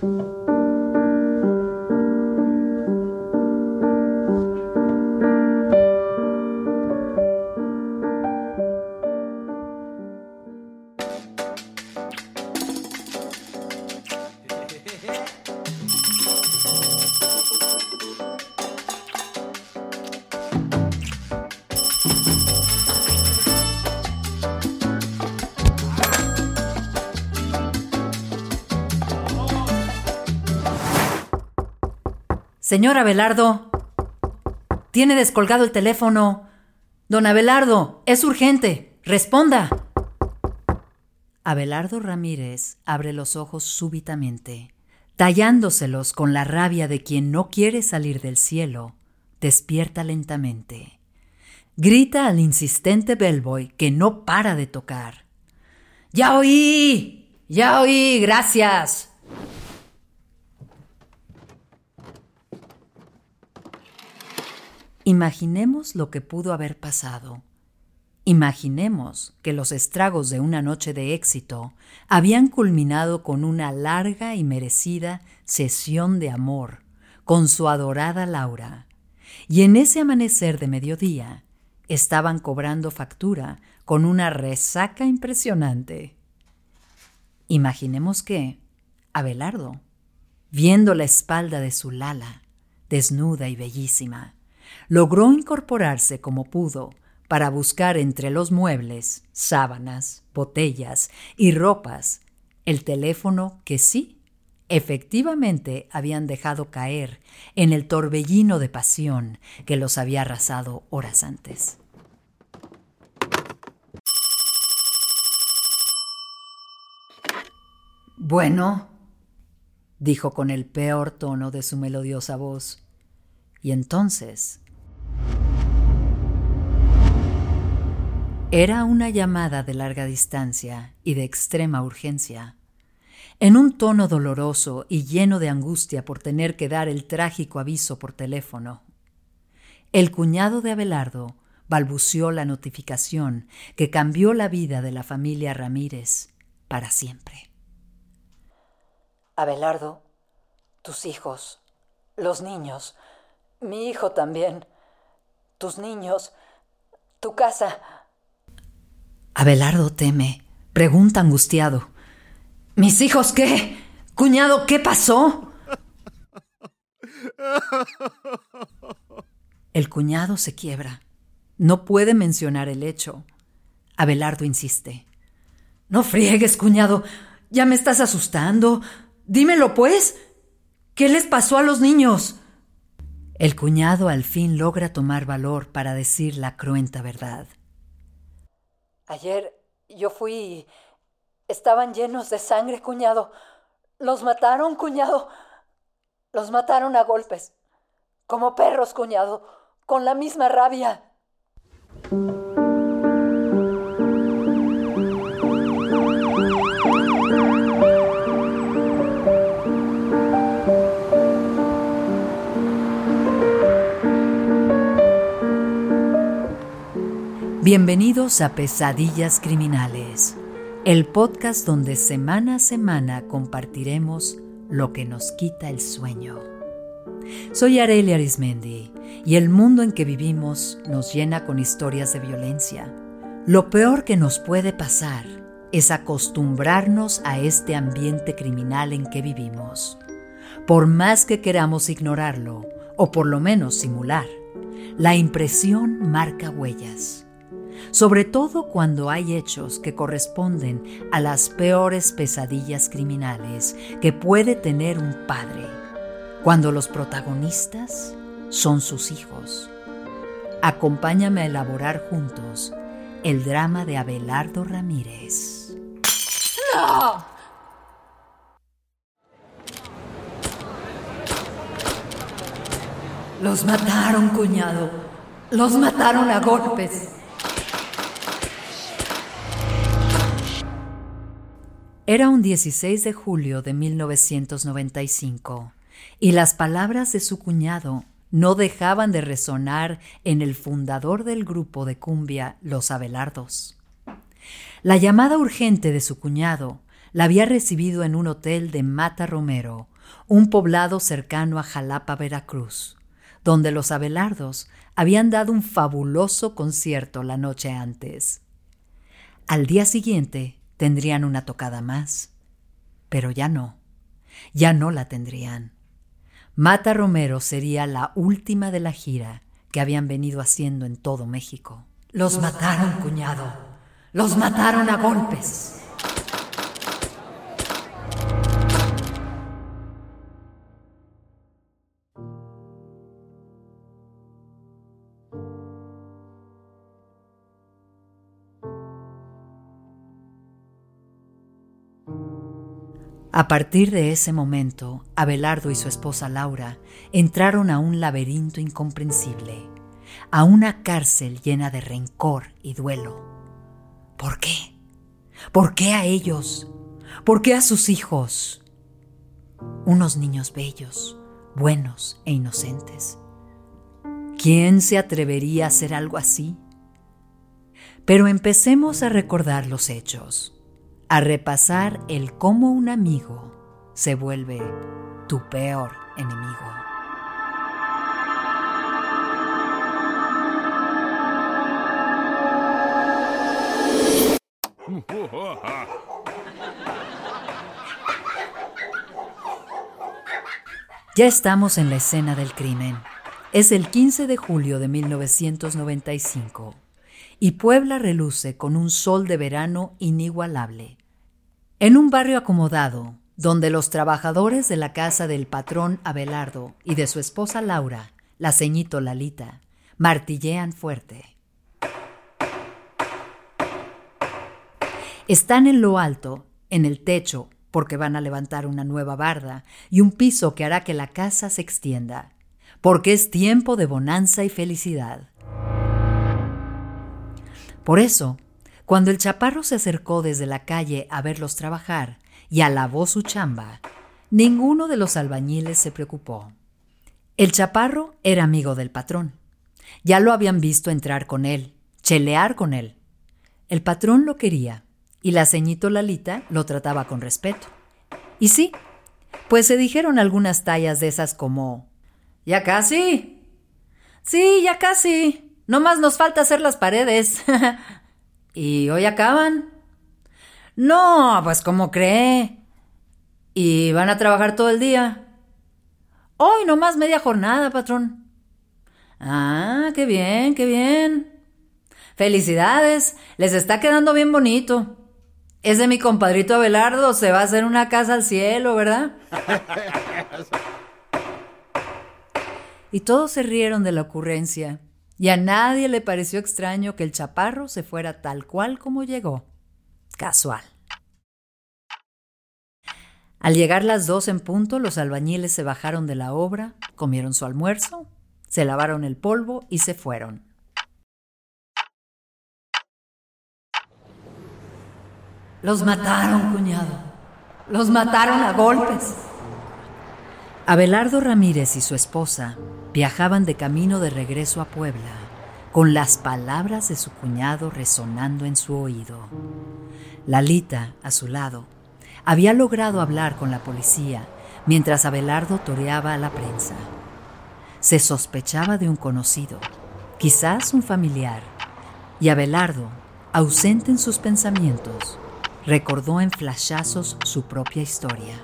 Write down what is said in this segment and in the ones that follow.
Señor Abelardo, tiene descolgado el teléfono. Don Abelardo, es urgente. Responda. Abelardo Ramírez abre los ojos súbitamente, tallándoselos con la rabia de quien no quiere salir del cielo. Despierta lentamente. Grita al insistente bellboy que no para de tocar. ¡Ya oí! ¡Ya oí! ¡Gracias! Imaginemos lo que pudo haber pasado. Imaginemos que los estragos de una noche de éxito habían culminado con una larga y merecida sesión de amor con su adorada Laura, y en ese amanecer de mediodía estaban cobrando factura con una resaca impresionante. Imaginemos que Abelardo, viendo la espalda de su Lala, desnuda y bellísima, logró incorporarse como pudo para buscar entre los muebles, sábanas, botellas y ropas el teléfono que sí, efectivamente habían dejado caer en el torbellino de pasión que los había arrasado horas antes. Bueno, dijo con el peor tono de su melodiosa voz, y entonces era una llamada de larga distancia y de extrema urgencia. En un tono doloroso y lleno de angustia por tener que dar el trágico aviso por teléfono, el cuñado de Abelardo balbuceó la notificación que cambió la vida de la familia Ramírez para siempre. Abelardo, tus hijos, los niños, mi hijo también, tus niños, tu casa. Abelardo teme, pregunta angustiado. ¿Mis hijos qué? Cuñado, ¿qué pasó? El cuñado se quiebra. No puede mencionar el hecho. Abelardo insiste. No friegues, cuñado. Ya me estás asustando. Dímelo, pues. ¿Qué les pasó a los niños? El cuñado al fin logra tomar valor para decir la cruenta verdad. Ayer yo fui y estaban llenos de sangre, cuñado. Los mataron, cuñado. Los mataron a golpes. Como perros, cuñado. Con la misma rabia. Bienvenidos a Pesadillas Criminales, el podcast donde semana a semana compartiremos lo que nos quita el sueño. Soy Arely Arizmendi y el mundo en que vivimos nos llena con historias de violencia. Lo peor que nos puede pasar es acostumbrarnos a este ambiente criminal en que vivimos. Por más que queramos ignorarlo, o por lo menos simular, la impresión marca huellas. Sobre todo cuando hay hechos que corresponden a las peores pesadillas criminales que puede tener un padre, cuando los protagonistas son sus hijos. Acompáñame a elaborar juntos el drama de Abelardo Ramírez. ¡No! Los mataron, cuñado. Los mataron a golpes. Era un 16 de julio de 1995 y las palabras de su cuñado no dejaban de resonar en el fundador del grupo de cumbia Los Abelardos. La llamada urgente de su cuñado la había recibido en un hotel de Mata Romero un poblado cercano a Jalapa, Veracruz, donde los Abelardos habían dado un fabuloso concierto la noche antes. Al día siguiente tendrían una tocada más, pero ya no la tendrían. Mata Romero sería la última de la gira que habían venido haciendo en todo México. Los mataron, cuñado. Los mataron a golpes. A partir de ese momento, Abelardo y su esposa Laura entraron a un laberinto incomprensible, a una cárcel llena de rencor y duelo. ¿Por qué? ¿Por qué a ellos? ¿Por qué a sus hijos? Unos niños bellos, buenos e inocentes. ¿Quién se atrevería a hacer algo así? Pero empecemos a recordar los hechos, a repasar el cómo un amigo se vuelve tu peor enemigo. Ya estamos en la escena del crimen. Es el 15 de julio de 1995 y Puebla reluce con un sol de verano inigualable. En un barrio acomodado, donde los trabajadores de la casa del patrón Abelardo y de su esposa Laura, la ceñito Lalita, martillean fuerte. Están en lo alto, en el techo, porque van a levantar una nueva barda y un piso que hará que la casa se extienda, porque es tiempo de bonanza y felicidad. Por eso, cuando el chaparro se acercó desde la calle a verlos trabajar y alabó su chamba, ninguno de los albañiles se preocupó. El chaparro era amigo del patrón. Ya lo habían visto entrar con él, chelear con él. El patrón lo quería y la ceñito Lalita lo trataba con respeto. Y sí, pues se dijeron algunas tallas de esas como: ¡ya casi! Sí, ya casi. Nomás nos falta hacer las paredes. ¿Y hoy acaban? No, pues ¿cómo cree? ¿Y van a trabajar todo el día? Hoy nomás media jornada, patrón. Ah, qué bien, qué bien. Felicidades, les está quedando bien bonito. Ese mi compadrito Abelardo se va a hacer una casa al cielo, ¿verdad? Y todos se rieron de la ocurrencia, y a nadie le pareció extraño que el chaparro se fuera tal cual como llegó. Casual. Al llegar las 2 en punto, los albañiles se bajaron de la obra, comieron su almuerzo, se lavaron el polvo y se fueron. Los mataron, cuñado. Los mataron a golpes. Abelardo Ramírez y su esposa viajaban de camino de regreso a Puebla, con las palabras de su cuñado resonando en su oído. Lalita, a su lado, había logrado hablar con la policía mientras Abelardo toreaba a la prensa. Se sospechaba de un conocido, quizás un familiar, y Abelardo, ausente en sus pensamientos, recordó en flashazos su propia historia.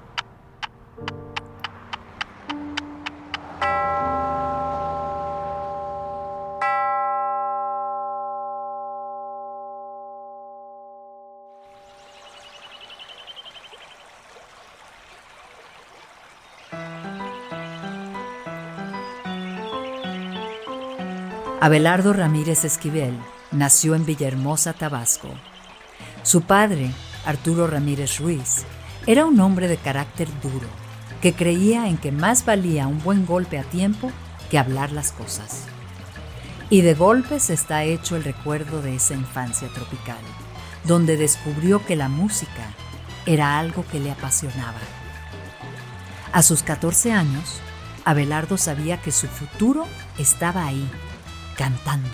Abelardo Ramírez Esquivel nació en Villahermosa, Tabasco. Su padre, Arturo Ramírez Ruiz, era un hombre de carácter duro, que creía en que más valía un buen golpe a tiempo que hablar las cosas. Y de golpes está hecho el recuerdo de esa infancia tropical, donde descubrió que la música era algo que le apasionaba. A sus 14 años, Abelardo sabía que su futuro estaba ahí, cantando.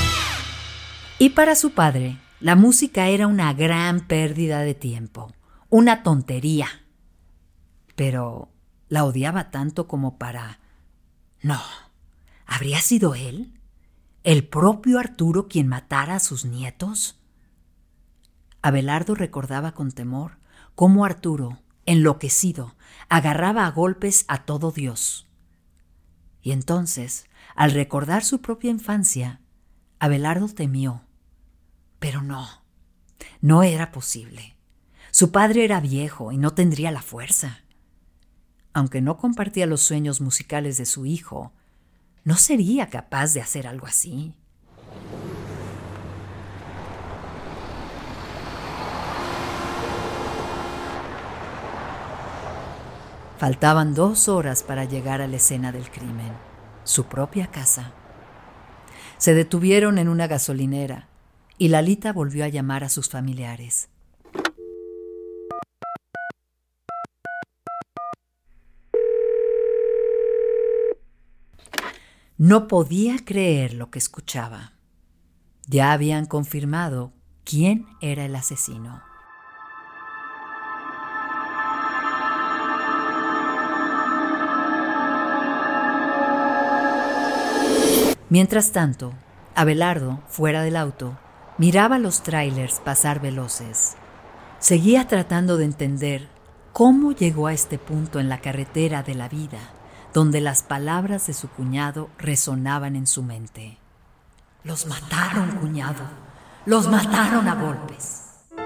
Y para su padre, la música era una gran pérdida de tiempo, Una tontería. Pero la odiaba tanto como para... No, ¿habría sido él? ¿El propio Arturo quien matara a sus nietos? Abelardo recordaba con temor cómo Arturo, enloquecido, agarraba a golpes a todo Dios. Y entonces, al recordar su propia infancia, Abelardo temió. Pero no era posible. Su padre era viejo y no tendría la fuerza. Aunque no compartía los sueños musicales de su hijo, no sería capaz de hacer algo así. Faltaban 2 horas para llegar a la escena del crimen, su propia casa. Se detuvieron en una gasolinera y Lalita volvió a llamar a sus familiares. No podía creer lo que escuchaba. Ya habían confirmado quién era el asesino. Mientras tanto, Abelardo, fuera del auto, miraba los tráilers pasar veloces. Seguía tratando de entender cómo llegó a este punto en la carretera de la vida, donde las palabras de su cuñado resonaban en su mente. Los mataron, cuñado. Los mataron a golpes.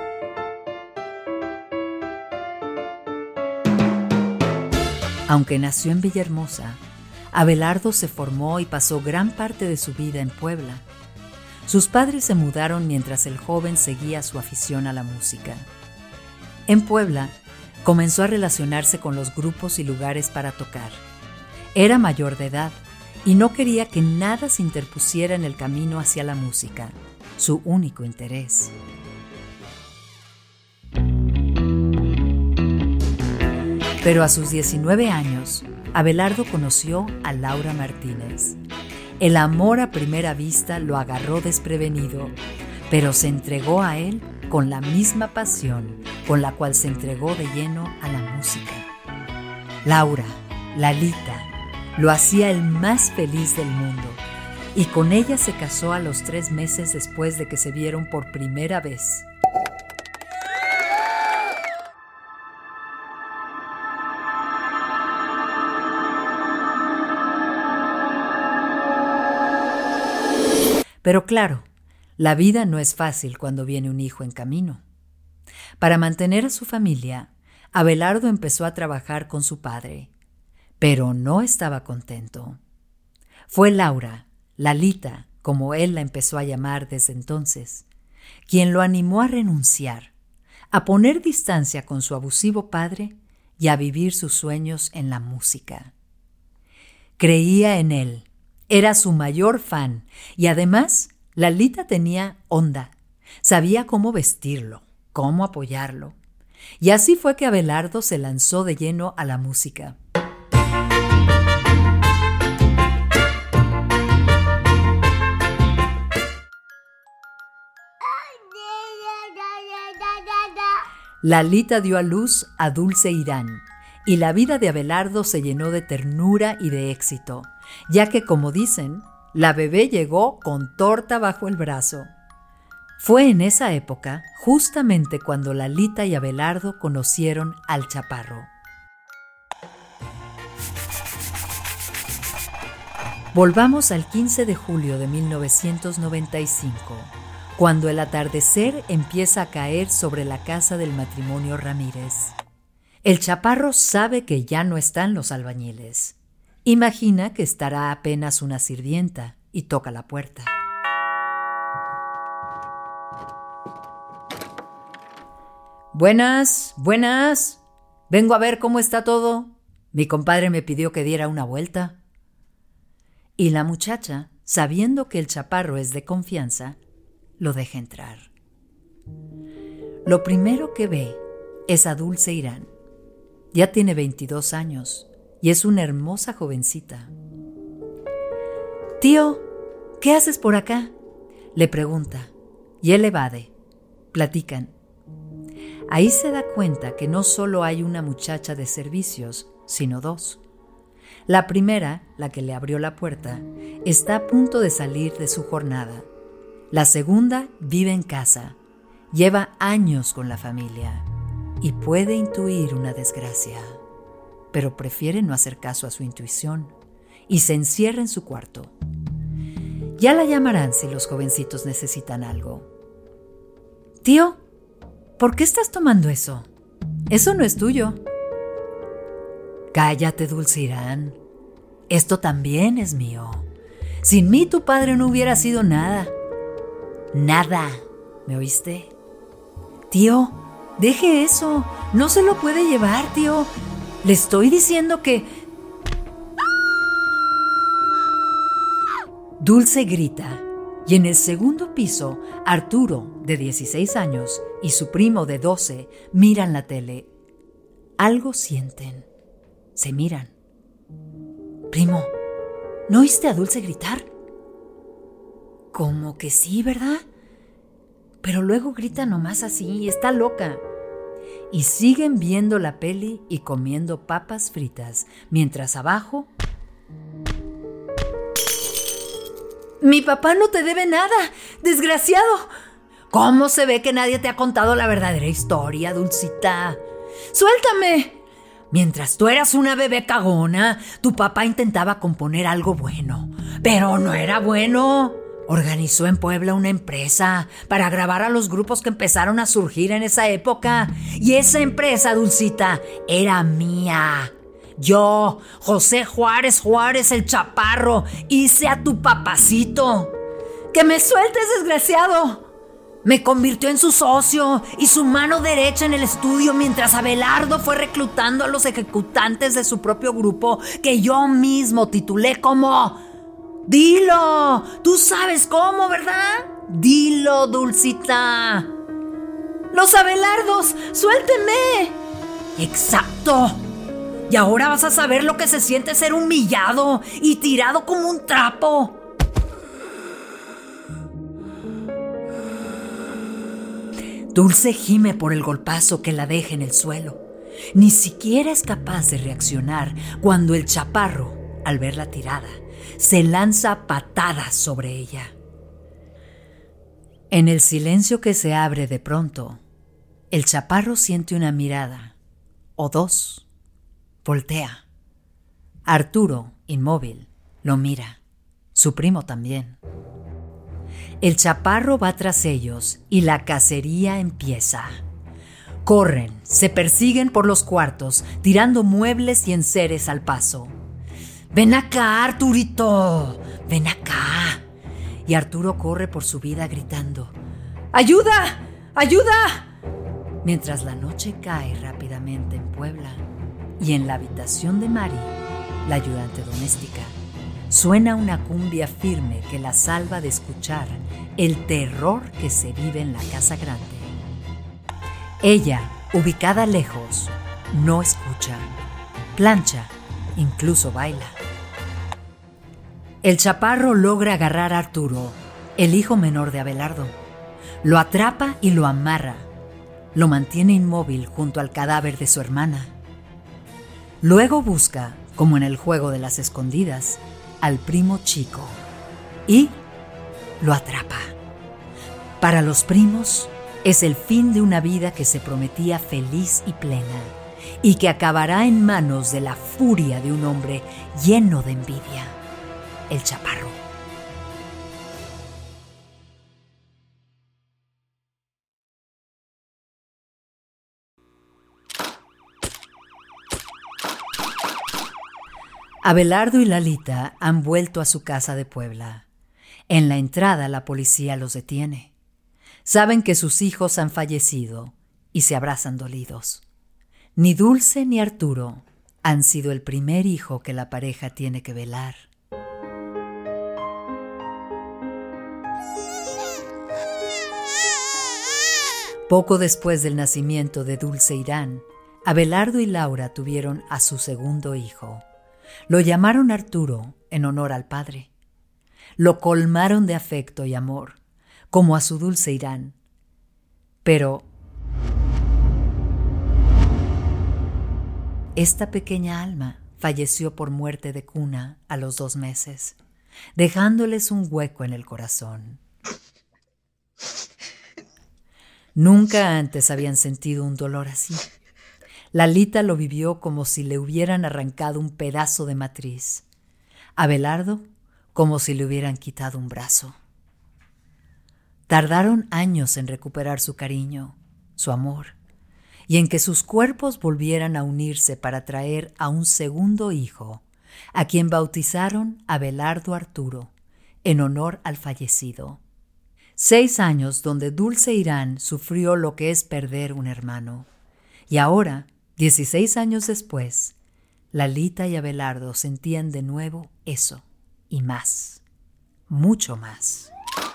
Aunque nació en Villahermosa, Abelardo se formó y pasó gran parte de su vida en Puebla. Sus padres se mudaron mientras el joven seguía su afición a la música. En Puebla, comenzó a relacionarse con los grupos y lugares para tocar. Era mayor de edad y no quería que nada se interpusiera en el camino hacia la música, su único interés. Pero a sus 19 años, Abelardo conoció a Laura Martínez. El amor a primera vista lo agarró desprevenido, pero se entregó a él con la misma pasión con la cual se entregó de lleno a la música. Laura, Lalita, lo hacía el más feliz del mundo, y con ella se casó a los 3 meses después de que se vieron por primera vez. Pero claro, la vida no es fácil cuando viene un hijo en camino. Para mantener a su familia, Abelardo empezó a trabajar con su padre, pero no estaba contento. Fue Laura, Lalita, como él la empezó a llamar desde entonces, quien lo animó a renunciar, a poner distancia con su abusivo padre y a vivir sus sueños en la música. Creía en él. Era su mayor fan y además Lalita tenía onda, sabía cómo vestirlo, cómo apoyarlo. Y así fue que Abelardo se lanzó de lleno a la música. Lalita dio a luz a Dulce Irán y la vida de Abelardo se llenó de ternura y de éxito, ya que, como dicen, la bebé llegó con torta bajo el brazo. Fue en esa época justamente cuando Lalita y Abelardo conocieron al Chaparro. Volvamos al 15 de julio de 1995, cuando el atardecer empieza a caer sobre la casa del matrimonio Ramírez. El Chaparro sabe que ya no están los albañiles. Imagina que estará apenas una sirvienta y toca la puerta. Buenas, buenas. Vengo a ver cómo está todo. Mi compadre me pidió que diera una vuelta. Y la muchacha, sabiendo que el Chaparro es de confianza, lo deja entrar. Lo primero que ve es a Dulce Irán. Ya tiene 22 años y es una hermosa jovencita. «Tío, ¿qué haces por acá?», le pregunta, y él evade. Platican. Ahí se da cuenta que no solo hay una muchacha de servicios, sino dos. La primera, la que le abrió la puerta, está a punto de salir de su jornada. La segunda vive en casa, lleva años con la familia y puede intuir una desgracia, pero prefiere no hacer caso a su intuición y se encierra en su cuarto. Ya la llamarán si los jovencitos necesitan algo. Tío, ¿por qué estás tomando eso? Eso no es tuyo. Cállate, Dulce Irán. Esto también es mío. Sin mí tu padre no hubiera sido nada. Nada. ¿Me oíste? Tío, deje eso. No se lo puede llevar, tío. Le estoy diciendo que... Dulce grita, y en el segundo piso, Arturo, de 16 años, y su primo de 12 miran la tele. Algo sienten. Se miran. Primo, ¿no oíste a Dulce gritar? Como que sí, ¿verdad? Pero luego grita nomás así, está loca. Y siguen viendo la peli y comiendo papas fritas, mientras abajo... Mi papá no te debe nada, desgraciado. ¿Cómo se ve que nadie te ha contado la verdadera historia, Dulcita? ¡Suéltame! Mientras tú eras una bebé cagona, tu papá intentaba componer algo bueno, pero no era bueno. Organizó en Puebla una empresa para grabar a los grupos que empezaron a surgir en esa época. Y esa empresa, Dulcita, era mía. Yo, José Juárez el Chaparro, hice a tu papacito. ¡Que me sueltes, desgraciado! Me convirtió en su socio y su mano derecha en el estudio mientras Abelardo fue reclutando a los ejecutantes de su propio grupo que yo mismo titulé como... ¡Dilo! Tú sabes cómo, ¿verdad? Dilo, Dulcita. ¡Los Abelardos! ¡Suéltenme! ¡Exacto! Y ahora vas a saber lo que se siente ser humillado y tirado como un trapo. Dulce gime por el golpazo que la deja en el suelo. Ni siquiera es capaz de reaccionar cuando el Chaparro, al verla tirada, se lanza patadas sobre ella. En el silencio que se abre de pronto, el Chaparro siente una mirada, o dos. Voltea. Arturo, inmóvil, lo mira. Su primo también. El Chaparro va tras ellos y la cacería empieza. Corren, se persiguen por los cuartos, tirando muebles y enseres al paso. ¡Ven acá, Arturito! ¡Ven acá! Y Arturo corre por su vida gritando: ¡Ayuda! ¡Ayuda! Mientras la noche cae rápidamente en Puebla y en la habitación de Mari, la ayudante doméstica, suena una cumbia firme que la salva de escuchar el terror que se vive en la casa grande. Ella, ubicada lejos, no escucha, plancha, incluso baila. El Chaparro logra agarrar a Arturo, el hijo menor de Abelardo. Lo atrapa y lo amarra. Lo mantiene inmóvil junto al cadáver de su hermana. Luego busca, como en el juego de las escondidas, al primo chico y lo atrapa. Para los primos es el fin de una vida que se prometía feliz y plena y que acabará en manos de la furia de un hombre lleno de envidia, el Chaparro. Abelardo y Lalita han vuelto a su casa de Puebla. En la entrada la policía los detiene. Saben que sus hijos han fallecido y se abrazan dolidos. Ni Dulce ni Arturo han sido el primer hijo que la pareja tiene que velar. Poco después del nacimiento de Dulce Irán, Abelardo y Laura tuvieron a su segundo hijo. Lo llamaron Arturo en honor al padre. Lo colmaron de afecto y amor, como a su Dulce Irán. Pero Esta pequeña alma falleció por muerte de cuna a los 2 meses, dejándoles un hueco en el corazón. Nunca antes habían sentido un dolor así. Lalita lo vivió como si le hubieran arrancado un pedazo de matriz. Abelardo, como si le hubieran quitado un brazo. Tardaron años en recuperar su cariño, su amor, y en que sus cuerpos volvieran a unirse para traer a un segundo hijo, a quien bautizaron Abelardo Arturo, en honor al fallecido. 6 años donde Dulce Irán sufrió lo que es perder un hermano. Y ahora, 16 años después, Lalita y Abelardo sentían de nuevo eso, y más, mucho más.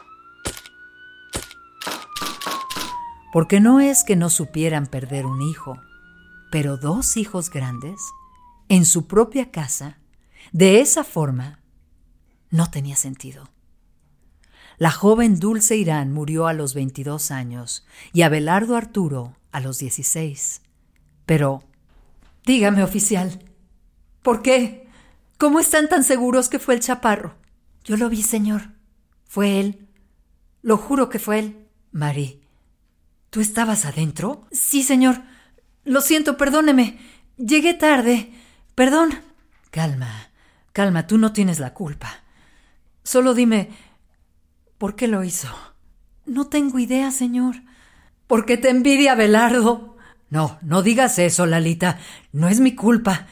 Porque no es que no supieran perder un hijo, pero 2 hijos grandes, en su propia casa, de esa forma, no tenía sentido. La joven Dulce Irán murió a los 22 años y Abelardo Arturo a los 16. Pero, dígame, oficial, ¿por qué? ¿Cómo están tan seguros que fue el chaparro? Yo lo vi, señor. Fue él. Lo juro que fue él. Mari, ¿tú estabas adentro? Sí, señor. Lo siento, perdóneme. Llegué tarde. Perdón. Calma, tú no tienes la culpa. Solo dime, ¿por qué lo hizo? No tengo idea, señor. ¿Porque te envidia, Abelardo? No digas eso, Lalita. No es mi culpa.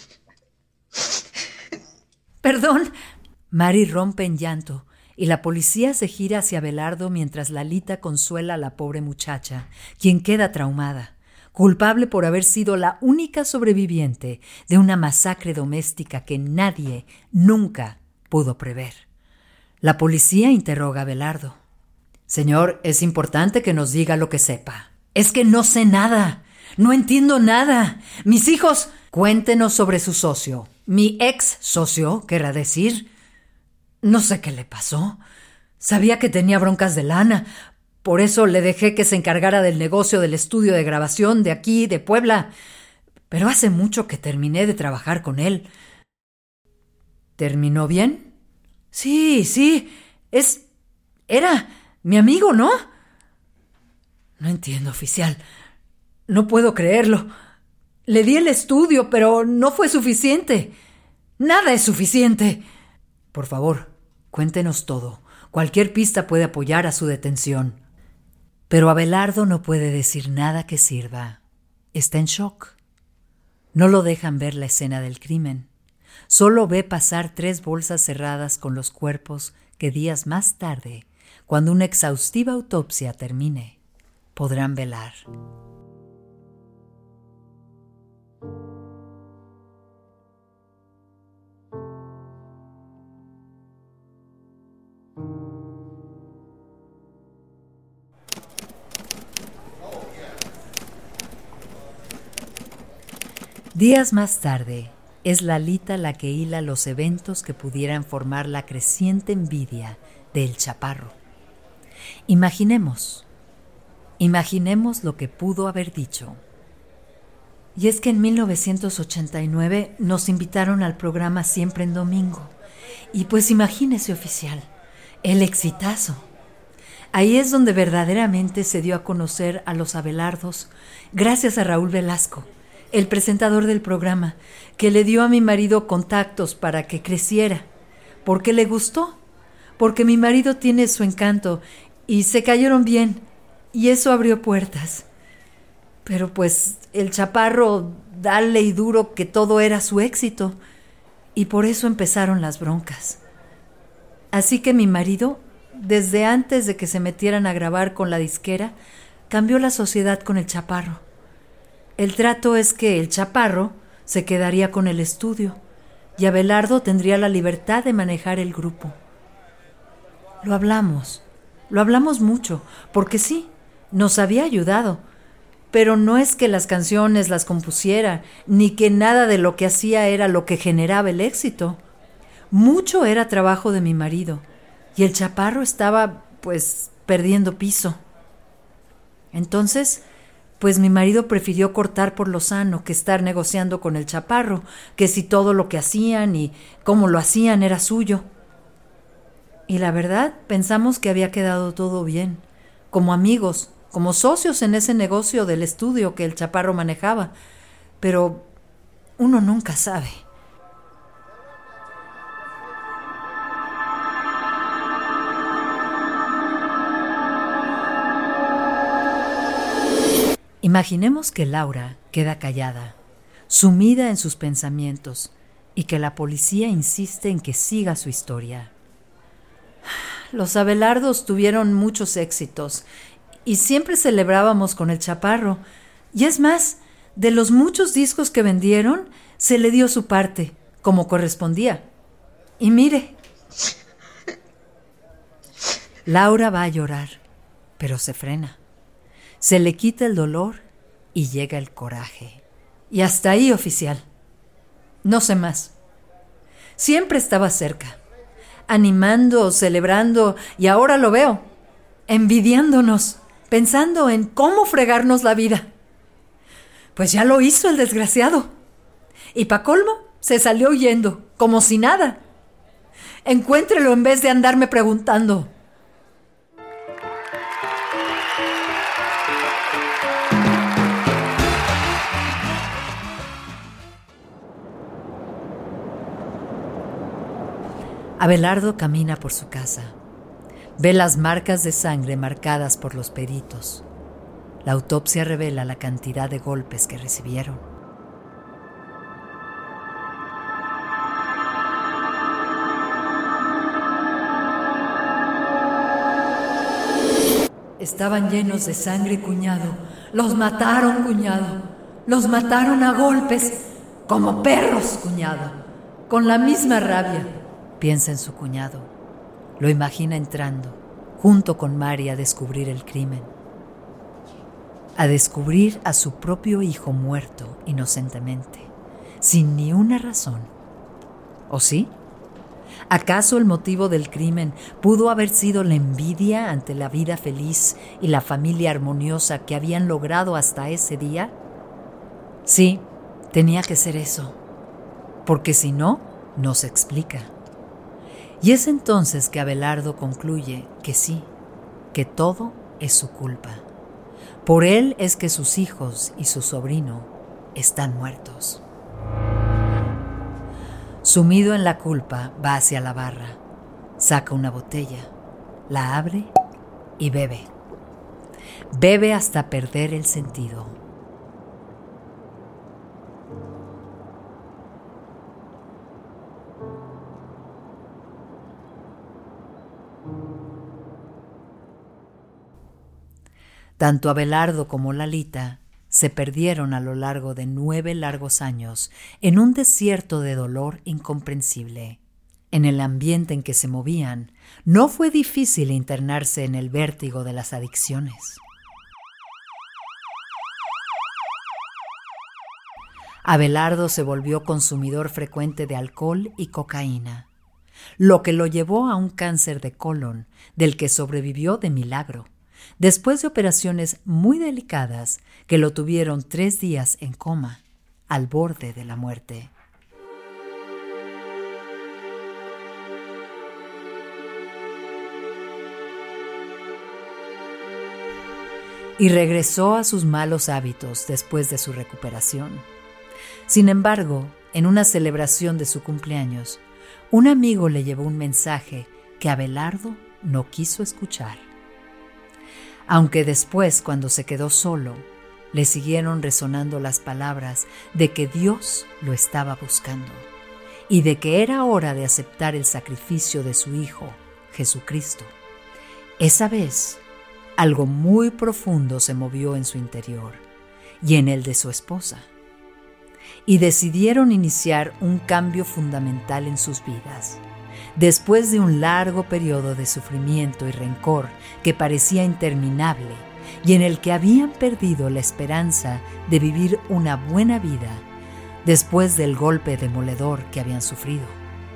Perdón. Mari rompe en llanto y la policía se gira hacia Abelardo mientras Lalita consuela a la pobre muchacha, quien queda traumada, culpable por haber sido la única sobreviviente de una masacre doméstica que nadie nunca pudo prever. La policía interroga a Abelardo. Señor, es importante que nos diga lo que sepa. Es que no sé nada. No entiendo nada. Mis hijos, cuéntenos sobre su socio. Mi ex socio, querrá decir. No sé qué le pasó. Sabía que tenía broncas de lana. Por eso le dejé que se encargara del negocio del estudio de grabación de aquí, de Puebla. Pero hace mucho que terminé de trabajar con él. ¿Terminó bien? Sí. Era mi amigo, ¿no? No entiendo, oficial. No puedo creerlo. Le di el estudio, pero no fue suficiente. Nada es suficiente. Por favor, cuéntenos todo. Cualquier pista puede apoyar a su detención. Pero Abelardo no puede decir nada que sirva. Está en shock. No lo dejan ver la escena del crimen. Solo ve pasar 3 bolsas cerradas con los cuerpos que días más tarde, cuando una exhaustiva autopsia termine, podrán velar. Días más tarde, es Lalita la que hila los eventos que pudieran formar la creciente envidia del chaparro. Imaginemos lo que pudo haber dicho. Y es que en 1989 nos invitaron al programa Siempre en Domingo. Y pues imagínese, oficial, el exitazo. Ahí es donde verdaderamente se dio a conocer a los Abelardos, gracias a Raúl Velasco, el presentador del programa, que le dio a mi marido contactos para que creciera. Porque le gustó, porque mi marido tiene su encanto y se cayeron bien, y eso abrió puertas. Pero pues el chaparro, dale y duro que todo era su éxito, y por eso empezaron las broncas. Así que mi marido, desde antes de que se metieran a grabar con la disquera, cambió la sociedad con el chaparro. El trato es que el chaparro se quedaría con el estudio y Abelardo tendría la libertad de manejar el grupo. Lo hablamos mucho, porque sí, nos había ayudado, pero no es que las canciones las compusiera, ni que nada de lo que hacía era lo que generaba el éxito. Mucho era trabajo de mi marido, y el chaparro estaba, perdiendo piso. Entonces, pues mi marido prefirió cortar por lo sano que estar negociando con el chaparro, que si todo lo que hacían y cómo lo hacían era suyo. Y la verdad, pensamos que había quedado todo bien, como amigos, como socios en ese negocio del estudio que el chaparro manejaba, pero uno nunca sabe. Imaginemos que Laura queda callada, sumida en sus pensamientos, y que la policía insiste en que siga su historia. Los Abelardos tuvieron muchos éxitos y siempre celebrábamos con el chaparro. Y es más, de los muchos discos que vendieron, se le dio su parte, como correspondía. Y mire, Laura va a llorar, pero se frena. Se le quita el dolor y llega el coraje. Y hasta ahí, oficial. No sé más. Siempre estaba cerca, animando, celebrando, y ahora lo veo, envidiándonos, pensando en cómo fregarnos la vida. Pues ya lo hizo el desgraciado. Y pa' colmo, se salió huyendo, como si nada. Encuéntrelo en vez de andarme preguntando. Abelardo camina por su casa. Ve las marcas de sangre marcadas por los peritos. La autopsia revela la cantidad de golpes que recibieron. Estaban llenos de sangre, cuñado. Los mataron, cuñado. Los mataron a golpes, como perros, cuñado. Con la misma rabia. Piensa en su cuñado. Lo imagina entrando, junto con Mari, a descubrir el crimen. A descubrir a su propio hijo muerto inocentemente, sin ni una razón. ¿O sí? ¿Acaso el motivo del crimen pudo haber sido la envidia ante la vida feliz y la familia armoniosa que habían logrado hasta ese día? Sí, tenía que ser eso, porque si no, no se explica. Y es entonces que Abelardo concluye que sí, que todo es su culpa. Por él es que sus hijos y su sobrino están muertos. Sumido en la culpa, va hacia la barra, saca una botella, la abre y bebe. Bebe hasta perder el sentido. Tanto Abelardo como Lalita se perdieron a lo largo de 9 largos años en un desierto de dolor incomprensible. En el ambiente en que se movían, no fue difícil internarse en el vértigo de las adicciones. Abelardo se volvió consumidor frecuente de alcohol y cocaína, lo que lo llevó a un cáncer de colon, del que sobrevivió de milagro, después de operaciones muy delicadas que lo tuvieron 3 días en coma, al borde de la muerte. Y regresó a sus malos hábitos después de su recuperación. Sin embargo, en una celebración de su cumpleaños, un amigo le llevó un mensaje que Abelardo no quiso escuchar. Aunque después, cuando se quedó solo, le siguieron resonando las palabras de que Dios lo estaba buscando y de que era hora de aceptar el sacrificio de su Hijo, Jesucristo. Esa vez, algo muy profundo se movió en su interior y en el de su esposa, y decidieron iniciar un cambio fundamental en sus vidas. Después de un largo periodo de sufrimiento y rencor que parecía interminable y en el que habían perdido la esperanza de vivir una buena vida después del golpe demoledor que habían sufrido.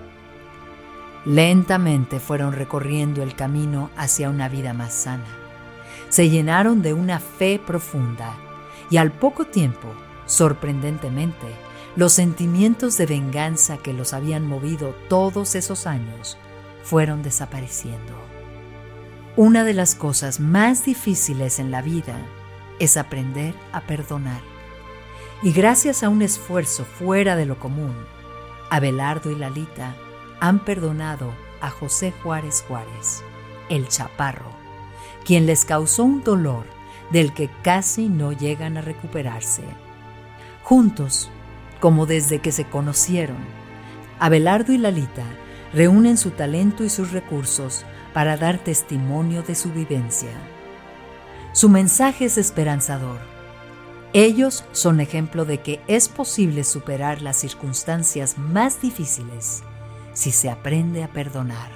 Lentamente fueron recorriendo el camino hacia una vida más sana. Se llenaron de una fe profunda y al poco tiempo, sorprendentemente, los sentimientos de venganza que los habían movido todos esos años fueron desapareciendo. Una de las cosas más difíciles en la vida es aprender a perdonar. Y gracias a un esfuerzo fuera de lo común, Abelardo y Lalita han perdonado a José Juárez Juárez, el Chaparro, quien les causó un dolor del que casi no llegan a recuperarse. Juntos, como desde que se conocieron, Abelardo y Lalita reúnen su talento y sus recursos para dar testimonio de su vivencia. Su mensaje es esperanzador. Ellos son ejemplo de que es posible superar las circunstancias más difíciles si se aprende a perdonar.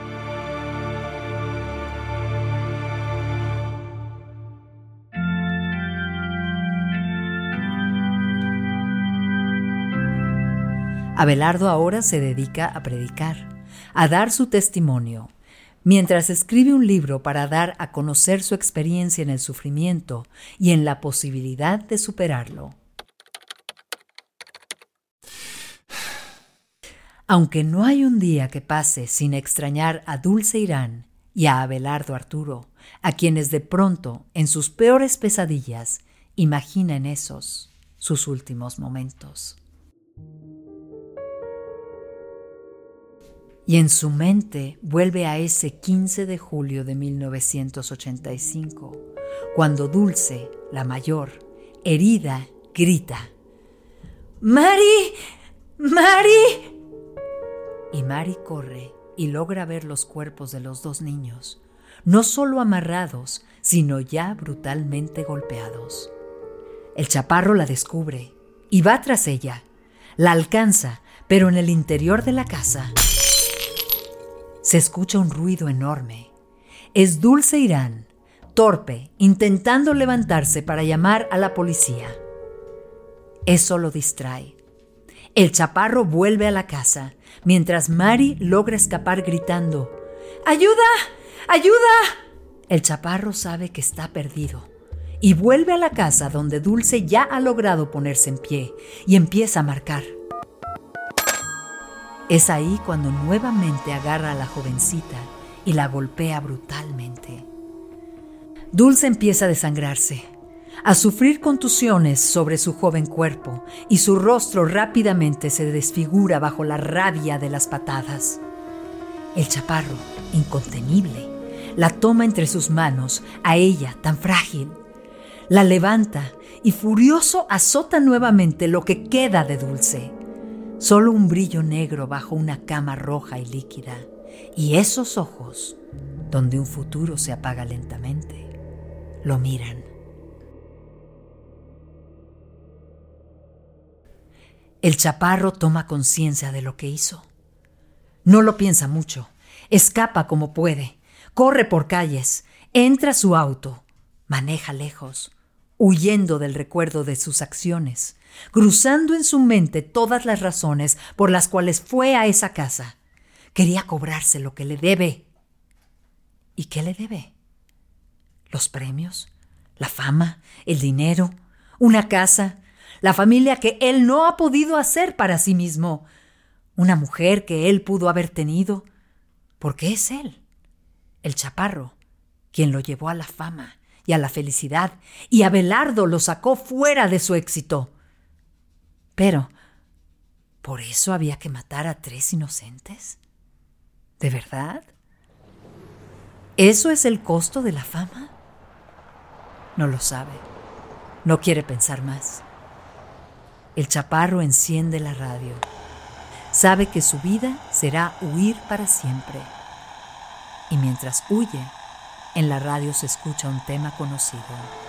Abelardo ahora se dedica a predicar, a dar su testimonio, mientras escribe un libro para dar a conocer su experiencia en el sufrimiento y en la posibilidad de superarlo. Aunque no hay un día que pase sin extrañar a Dulce Irán y a Abelardo Arturo, a quienes de pronto, en sus peores pesadillas, imagina en esos sus últimos momentos. Y en su mente vuelve a ese 15 de julio de 1985, cuando Dulce, la mayor, herida, grita: ¡Mari! ¡Mari! Y Mari corre y logra ver los cuerpos de los dos niños, no solo amarrados, sino ya brutalmente golpeados. El Chaparro la descubre y va tras ella. La alcanza, pero en el interior de la casa se escucha un ruido enorme. Es Dulce Irán, torpe, intentando levantarse para llamar a la policía. Eso lo distrae. El Chaparro vuelve a la casa, mientras Mari logra escapar gritando: ¡Ayuda! ¡Ayuda! El Chaparro sabe que está perdido y vuelve a la casa donde Dulce ya ha logrado ponerse en pie y empieza a marcar. Es ahí cuando nuevamente agarra a la jovencita y la golpea brutalmente. Dulce empieza a desangrarse, a sufrir contusiones sobre su joven cuerpo, y su rostro rápidamente se desfigura bajo la rabia de las patadas. El Chaparro, incontenible, la toma entre sus manos, a ella tan frágil. La levanta y furioso azota nuevamente lo que queda de Dulce. Solo un brillo negro bajo una cama roja y líquida, y esos ojos, donde un futuro se apaga lentamente, lo miran. El Chaparro toma conciencia de lo que hizo. No lo piensa mucho, escapa como puede, corre por calles, entra a su auto, maneja lejos, huyendo del recuerdo de sus acciones, cruzando en su mente todas las razones por las cuales fue a esa casa. Quería cobrarse lo que le debe. ¿Y qué le debe? ¿Los premios? ¿La fama? ¿El dinero? ¿Una casa? ¿La familia que él no ha podido hacer para sí mismo? ¿Una mujer que él pudo haber tenido? Porque es él, el Chaparro, quien lo llevó a la fama y a la felicidad, y Abelardo lo sacó fuera de su éxito. Pero, ¿por eso había que matar a 3 inocentes? ¿De verdad? ¿Eso es el costo de la fama? No lo sabe. No quiere pensar más. El Chaparro enciende la radio. Sabe que su vida será huir para siempre. Y mientras huye, en la radio se escucha un tema conocido.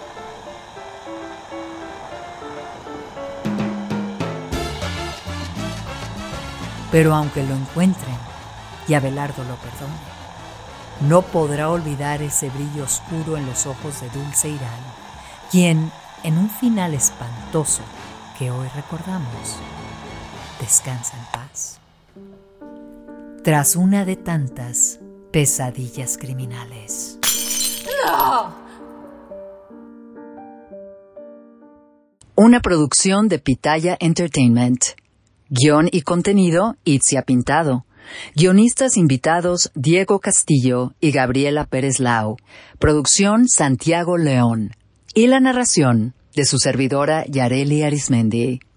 Pero aunque lo encuentren y Abelardo lo perdone, no podrá olvidar ese brillo oscuro en los ojos de Dulce Irán, quien, en un final espantoso que hoy recordamos, descansa en paz. Tras una de tantas pesadillas criminales. ¡No! Una producción de Pitaya Entertainment. Guión y contenido, Itzia Pintado. Guionistas invitados, Diego Castillo y Gabriela Pérez Lau. Producción, Santiago León. Y la narración, de su servidora Yareli Arismendi.